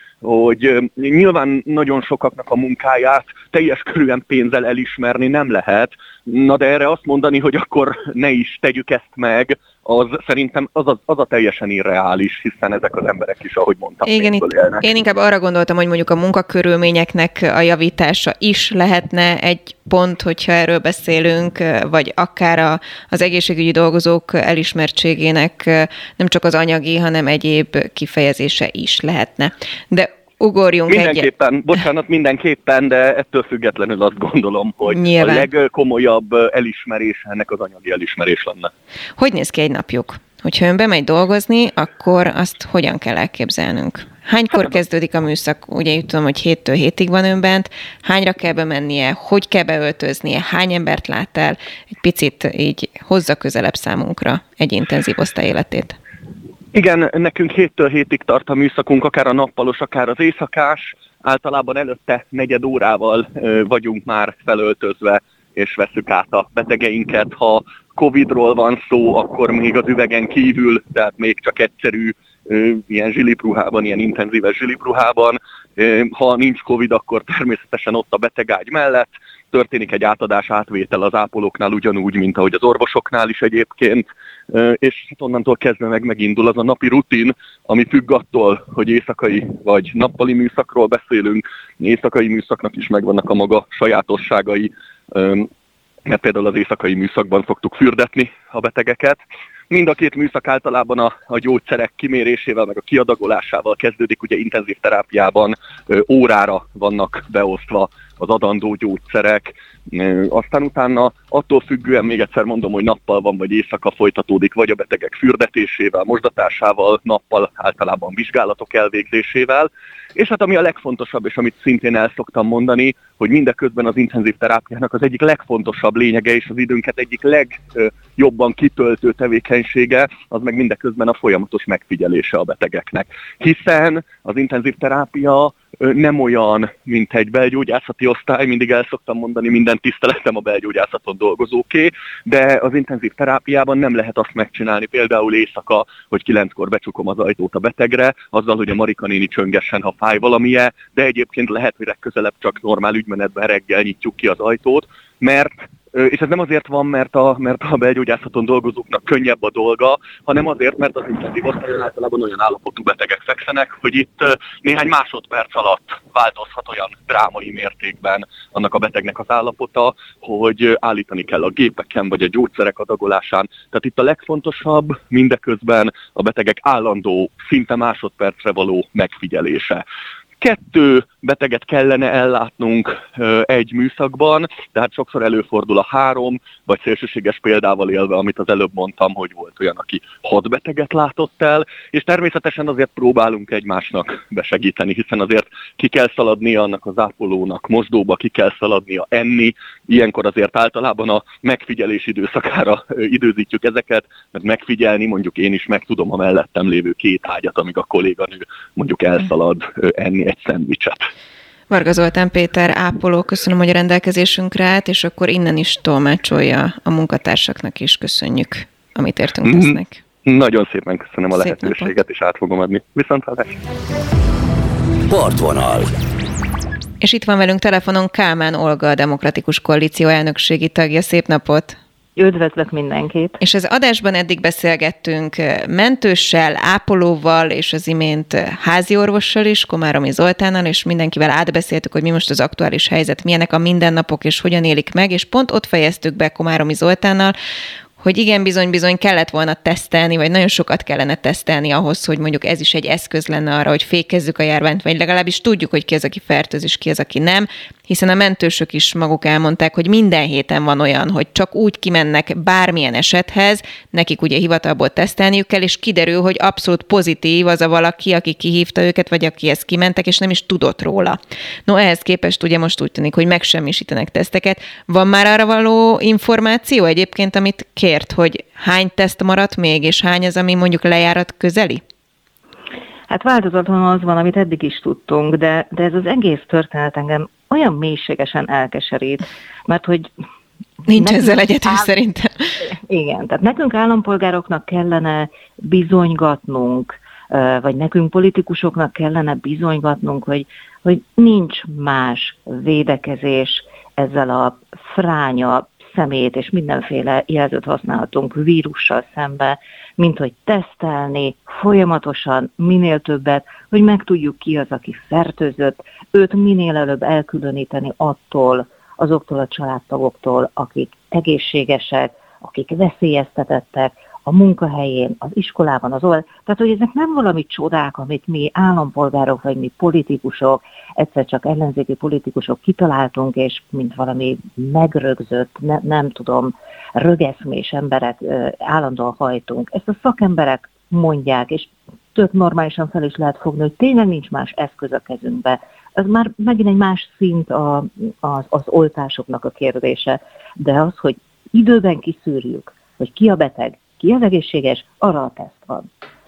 nyilván nagyon sokaknak a munkáját teljes körűen pénzzel elismerni nem lehet, na de erre azt mondani, hogy akkor ne is tegyük ezt meg, az szerintem az a teljesen irreális, hiszen ezek az emberek is, ahogy mondtam, igen, élnek. Én inkább arra gondoltam, hogy mondjuk a munkakörülményeknek a javítása is lehetne egy pont, hogyha erről beszélünk, vagy akár az egészségügyi dolgozók elismertségének nem csak az anyagi, hanem egyéb kifejezése is lehetne. De ugorjunk mindenképpen, de ettől függetlenül azt gondolom, hogy nyilván a legkomolyabb elismerés ennek az anyagi elismerés lenne. Hogy néz ki egy napjuk? Hogyha ön bemegy dolgozni, akkor azt hogyan kell elképzelnünk? Hánykor kezdődik a műszak? Ugye tudom, hogy 7-től 7-ig van ön bent. Hányra kell bemennie? Hogy kell beöltöznie? Hány embert lát el? Egy picit így hozza közelebb számunkra egy intenzív osztály életét. Igen, nekünk 7-től 7-ig tart a műszakunk, akár a nappalos, akár az éjszakás. Általában előtte 4 órával vagyunk már felöltözve, és vesszük át a betegeinket. Ha Covid-ról van szó, akkor még az üvegen kívül, tehát még csak egyszerű ilyen zsilipruhában, ilyen intenzíves zsilipruhában. Ha nincs Covid, akkor természetesen ott a betegágy mellett történik egy átadás-átvétel az ápolóknál ugyanúgy, mint ahogy az orvosoknál is egyébként, és onnantól kezdve megindul az a napi rutin, ami függ attól, hogy éjszakai vagy nappali műszakról beszélünk. Éjszakai műszaknak is megvannak a maga sajátosságai, mert például az éjszakai műszakban szoktuk fürdetni a betegeket. Mind a 2 műszak általában a gyógyszerek kimérésével, meg a kiadagolásával kezdődik, ugye intenzív terápiában órára vannak beosztva az adandó gyógyszerek, aztán utána attól függően, még egyszer mondom, hogy nappal van, vagy éjszaka folytatódik, vagy a betegek fürdetésével, mosdatásával, nappal általában vizsgálatok elvégzésével, és hát ami a legfontosabb, és amit szintén el szoktam mondani, hogy mindeközben az intenzív terápiának az egyik legfontosabb lényege, és az időnket egyik legjobban kitöltő tevékenysége, az meg mindeközben a folyamatos megfigyelése a betegeknek. Hiszen az intenzív terápia nem olyan, mint egy belgyógyászati osztály, mindig el szoktam mondani, minden tiszteletem a belgyógyászaton dolgozóké, de az intenzív terápiában nem lehet azt megcsinálni, például éjszaka, hogy 9-kor becsukom az ajtót a betegre, azzal, hogy a Marika néni csöngessen, ha fáj valamije, de egyébként lehet, hogy legközelebb csak normál ügymenetben reggel nyitjuk ki az ajtót, mert És ez nem azért van, mert a belgyógyászaton dolgozóknak könnyebb a dolga, hanem azért, mert az intentív osztályon általában olyan állapotú betegek fekszenek, hogy itt néhány másodperc alatt változhat olyan drámai mértékben annak a betegnek az állapota, hogy állítani kell a gépeken vagy a gyógyszerek adagolásán. Tehát itt a legfontosabb mindeközben a betegek állandó, szinte másodpercre való megfigyelése. 2 beteget kellene ellátnunk egy műszakban, de hát sokszor előfordul a 3, vagy szélsőséges példával élve, amit az előbb mondtam, hogy volt olyan, aki 6 beteget látott el, és természetesen azért próbálunk egymásnak besegíteni, hiszen azért ki kell szaladnia annak az ápolónak, mosdóba ki kell szaladnia enni, ilyenkor azért általában a megfigyelés időszakára időzítjük ezeket, mert megfigyelni, mondjuk én is meg tudom a mellettem lévő 2 ágyat, amíg a kolléganő mondjuk elszalad enni egy szendvicset. Varga Zoltán Péter ápoló, köszönöm, hogy a rendelkezésünkre állt, és akkor innen is tolmácsolja a munkatársaknak is. Köszönjük, amit értünk tesznek. Nagyon szépen köszönöm a Szép lehetőséget, napot. és át fogom adni. Viszontlátásra! Partvonal. És itt van velünk telefonon Kálmán Olga, a Demokratikus Koalíció elnökségi tagja. Szép napot! Üdvözlök mindenkit! És az adásban eddig beszélgettünk mentőssel, ápolóval, és az imént háziorvossal is, Komáromi Zoltánnal, és mindenkivel átbeszéltük, hogy mi most az aktuális helyzet, milyenek a mindennapok, és hogyan élik meg, és pont ott fejeztük be Komáromi Zoltánnal, hogy igen, bizony kellett volna tesztelni, vagy nagyon sokat kellene tesztelni ahhoz, hogy mondjuk ez is egy eszköz lenne arra, hogy fékezzük a járványt, vagy legalábbis tudjuk, hogy ki az, aki fertőz, és ki az, aki nem, hiszen a mentősök is maguk elmondták, hogy minden héten van olyan, hogy csak úgy kimennek bármilyen esethez, nekik ugye hivatalból tesztelniük kell, és kiderül, hogy abszolút pozitív az a valaki, aki kihívta őket, vagy akihez kimentek, és nem is tudott róla. No, ehhez képest ugye most úgy tűnik, hogy megsemmisítenek teszteket. Van már arra való információ egyébként, amit kért, hogy hány teszt maradt még, és hány az, ami mondjuk lejárat közeli? Hát változatlanul az van, amit eddig is tudtunk, de ez az egész történet engem olyan mélységesen elkeserít, mert hogy... Nincs ezzel egyetlen szerintem. Igen, tehát nekünk állampolgároknak kellene bizonygatnunk, vagy nekünk politikusoknak kellene bizonygatnunk, hogy nincs más védekezés ezzel a fránya, szemét és mindenféle jelzőt használhatunk vírussal szembe, mint hogy tesztelni folyamatosan minél többet, hogy megtudjuk ki az, aki fertőzött, őt minél előbb elkülöníteni azoktól a családtagoktól, akik egészségesek, akik veszélyeztetettek, a munkahelyén, az iskolában, tehát hogy ezek nem valami csodák, amit mi állampolgárok, vagy mi politikusok, egyszer csak ellenzéki politikusok kitaláltunk, és mint valami megrögzött, nem tudom, rögeszmés emberek állandóan hajtunk. Ezt a szakemberek mondják, és tök normálisan fel is lehet fogni, hogy tényleg nincs más eszköz a kezünkbe. Ez már megint egy más szint az oltásoknak a kérdése, de az, hogy időben kiszűrjük, hogy ki a beteg, ki az egészséges, arra a teszt van.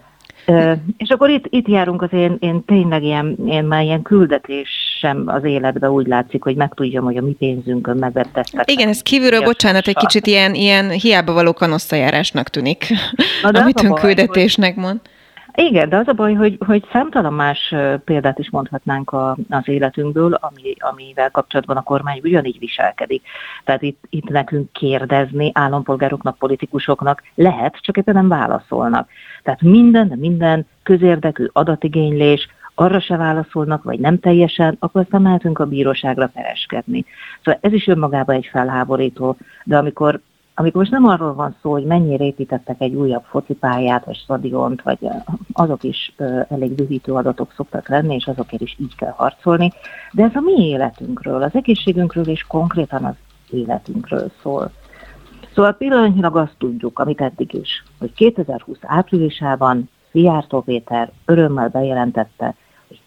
És akkor itt járunk az én tényleg már ilyen küldetésem az életbe, úgy látszik, hogy megtudjam, hogy a mi pénzünkön megvett tesztek. Igen, ez kívülről, bocsánat, egy kicsit ilyen hiába való kanosszajárásnak tűnik, amit ön küldetésnek mond. Igen, de az a baj, hogy számtalan más példát is mondhatnánk az életünkből, amivel kapcsolatban a kormány ugyanígy viselkedik. Tehát itt nekünk kérdezni állampolgároknak, politikusoknak lehet, csak éppen nem válaszolnak. Tehát minden közérdekű adatigénylés, arra se válaszolnak, vagy nem teljesen, akkor aztán mehetünk a bíróságra pereskedni. Szóval ez is önmagában egy felháborító, de amikor most nem arról van szó, hogy mennyire építettek egy újabb focipályát, vagy stadiont, vagy azok is elég dühítő adatok szoktak lenni, és azokért is így kell harcolni, de ez a mi életünkről, az egészségünkről és konkrétan az életünkről szól. Szóval pillanatnyilag azt tudjuk, amit eddig is, hogy 2020 áprilisában Szijjártó Péter örömmel bejelentette, hogy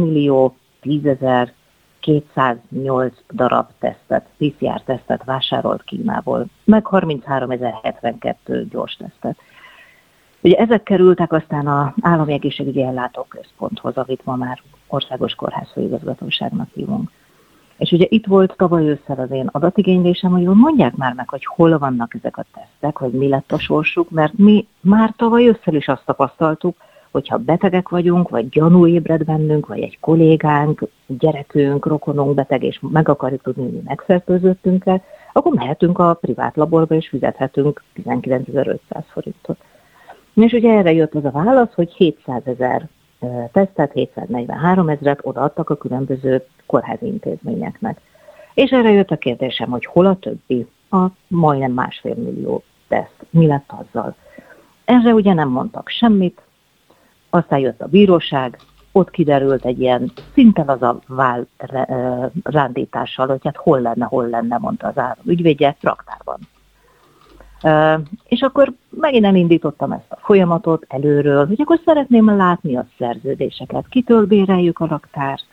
2.010.208 darab tesztet, PCR-tesztet vásárolt Kínából, meg 33.072 gyors tesztet. Ugye ezek kerültek aztán az Állami Egészségügyi Ellátóközponthoz, amit ma már Országos Kórházfőigazgatóságnak hívunk. És ugye itt volt tavaly ősszel az én adatigénylésem, hogy mondják már meg, hogy hol vannak ezek a tesztek, hogy mi lett a sorsuk, mert mi már tavaly ősszel is azt tapasztaltuk, hogyha betegek vagyunk, vagy gyanú ébred bennünk, vagy egy kollégánk, gyerekünk, rokonunk beteg, és meg akarjuk tudni, hogy megfertőzöttünk-e, akkor mehetünk a privát laborba, és fizethetünk 19.500 forintot. És ugye erre jött az a válasz, hogy 700 000 tesztet, 743 000 odaadtak a különböző kórházi intézményeknek. És erre jött a kérdésem, hogy hol a többi, a majdnem 1,5 millió teszt, mi lett azzal? Erre ugye nem mondtak semmit, aztán jött a bíróság, ott kiderült egy ilyen szinte az a vál rándítással, hogy hát hol lenne, mondta az állam ügyvédje, raktárban. És akkor megint elindítottam ezt a folyamatot előről, hogy akkor szeretném látni a szerződéseket, kitől béreljük a raktárt,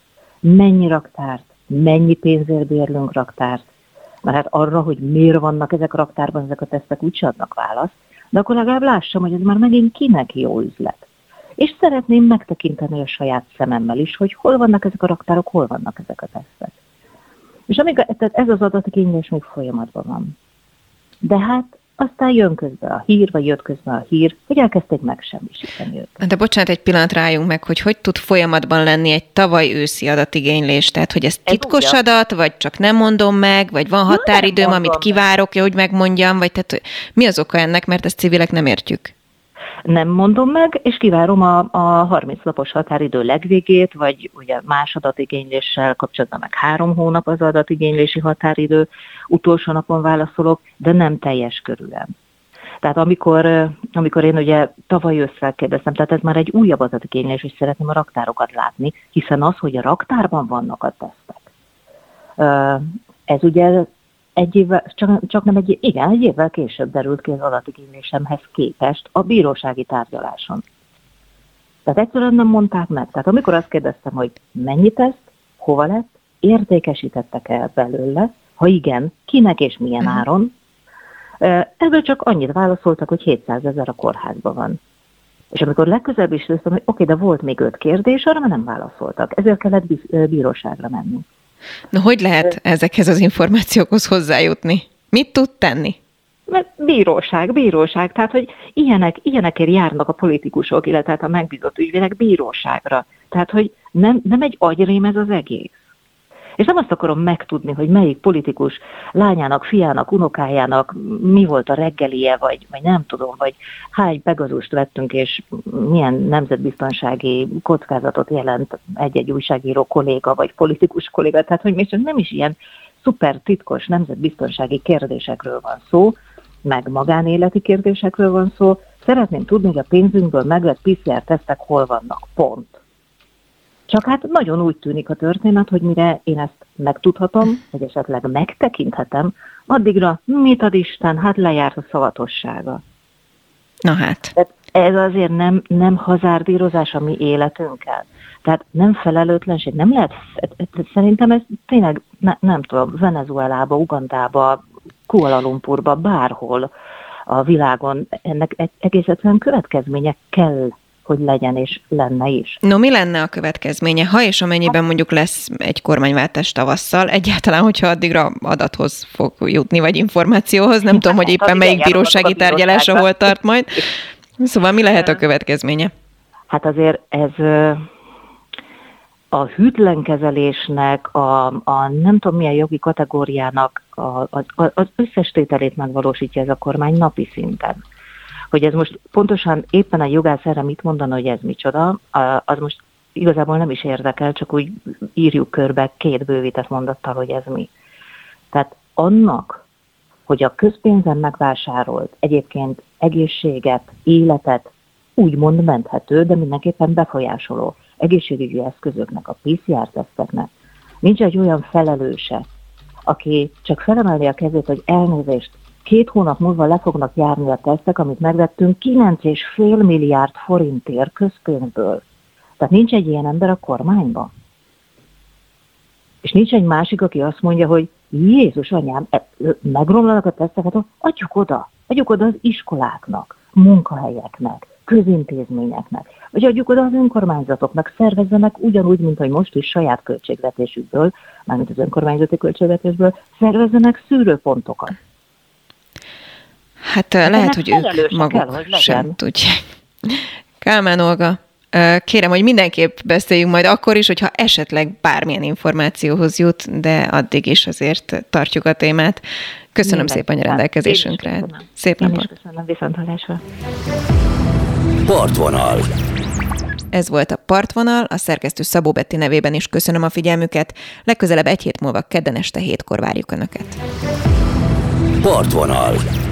mennyi pénzért bérlünk raktárt, mert hát arra, hogy miért vannak ezek a raktárban, ezek a tesztek úgyse adnak választ, de akkor legalább lássam, hogy ez már megint kinek jó üzlet. És szeretném megtekinteni a saját szememmel is, hogy hol vannak ezek a raktárok, hol vannak ezek a tesztek. És tehát ez az adatigénylés még folyamatban van. De hát aztán jön közben a hír, vagy jött közben a hír, hogy elkezdték megsemmisíteni őket. De bocsánat, egy pillanat rájunk meg, hogy tud folyamatban lenni egy tavaly őszi adatigénylés, tehát hogy ez titkos adat, vagy csak nem mondom meg, vagy van határidőm, amit kivárok, hogy megmondjam, vagy tehát mi az oka ennek, mert ezt civilek nem értjük? Nem mondom meg, és kivárom a 30 napos határidő legvégét, vagy ugye más adatigényléssel kapcsolatban meg 3 hónap az adatigénylési határidő, utolsó napon válaszolok, de nem teljes körülön. Tehát amikor én ugye tavaly ősszel kérdeztem, tehát ez már egy újabb adatigénylés, hogy szeretném a raktárokat látni, hiszen az, hogy a raktárban vannak a tesztek. Ez ugye egy évvel később derült ki az adatigénylésemhez képest a bírósági tárgyaláson. Tehát egyszerűen nem mondták meg. Tehát amikor azt kérdeztem, hogy mennyi teszt, hova lett, értékesítettek el belőle, ha igen, kinek és milyen áron, ebből csak annyit válaszoltak, hogy 700 000 a kórházban van. És amikor legközelebb is néztem, hogy oké, de volt még 5 kérdés, arra már nem válaszoltak. Ezért kellett bíróságra menni. Na, hogy lehet ezekhez az információkhoz hozzájutni? Mit tud tenni? Mert bíróság, tehát hogy ilyenekért járnak a politikusok, illetve a megbízott ügyvédek bíróságra. Tehát, hogy nem egy agyrém ez az egész. És nem azt akarom megtudni, hogy melyik politikus lányának, fiának, unokájának mi volt a reggelie, vagy nem tudom, vagy hány pegazust vettünk, és milyen nemzetbiztonsági kockázatot jelent egy-egy újságíró kolléga, vagy politikus kolléga. Tehát, hogy még csak nem is ilyen szuper titkos nemzetbiztonsági kérdésekről van szó, meg magánéleti kérdésekről van szó. Szeretném tudni, hogy a pénzünkből megvett PCR-tesztek hol vannak, pont. Csak hát nagyon úgy tűnik a történet, hogy mire én ezt megtudhatom, vagy esetleg megtekinthetem, addigra mit ad Isten, hát lejárt a szavatossága. Na hát. Tehát ez azért nem hazárdírozás a mi életünkkel. Tehát nem felelőtlenség, nem lehet, szerintem ez tényleg, nem tudom, Venezuelába, Ugandába, Kuala Lumpurba, bárhol a világon ennek egész egyszerűen következménye kell, hogy legyen és lenne is. No, mi lenne a következménye, ha és amennyiben mondjuk lesz egy kormányváltás tavasszal, egyáltalán, hogyha addigra adathoz fog jutni, vagy információhoz, nem tudom, hogy éppen melyik bírósági tárgyalás, ahol tart majd. Szóval mi lehet a következménye? Hát azért ez a hűtlenkezelésnek, a nem tudom milyen jogi kategóriának az összes tételét megvalósítja ez a kormány napi szinten. Hogy ez most pontosan éppen a jogász erre mit mondana, hogy ez micsoda, az most igazából nem is érdekel, csak úgy írjuk körbe 2 bővített mondattal, hogy ez mi. Tehát annak, hogy a közpénzen megvásárolt egyébként egészséget, életet úgymond menthető, de mindenképpen befolyásoló egészségügyi eszközöknek, a PCR-teszteknek nincs egy olyan felelőse, aki csak felemelni a kezét, hogy elnézést, 2 hónap múlva le fognak járni a tesztek, amit megvettünk 9,5 milliárd forintért közpénzből. Tehát nincs egy ilyen ember a kormányban. És nincs egy másik, aki azt mondja, hogy Jézus anyám, megromlanak a teszteket, adjuk oda az iskoláknak, munkahelyeknek, közintézményeknek, vagy adjuk oda az önkormányzatoknak, szervezzenek ugyanúgy, mint hogy most is saját költségvetésükből, mármint az önkormányzati költségvetésből, szervezzenek szűrőpontokat. Hát lehet, hogy ők maguk sem tudják. Kálmán Olga, Kérem, hogy mindenképp beszéljünk majd akkor is, hogyha esetleg bármilyen információhoz jut, de addig is azért tartjuk a témát. Köszönöm szépen a rendelkezésünkre. Szép napot! Én is köszönöm, viszonthallásra. Partvonal. Ez volt a Partvonal, a szerkesztő Szabó Betti nevében is köszönöm a figyelmüket. Legközelebb egy hét múlva kedden este 7-kor várjuk Önöket. Partvonal.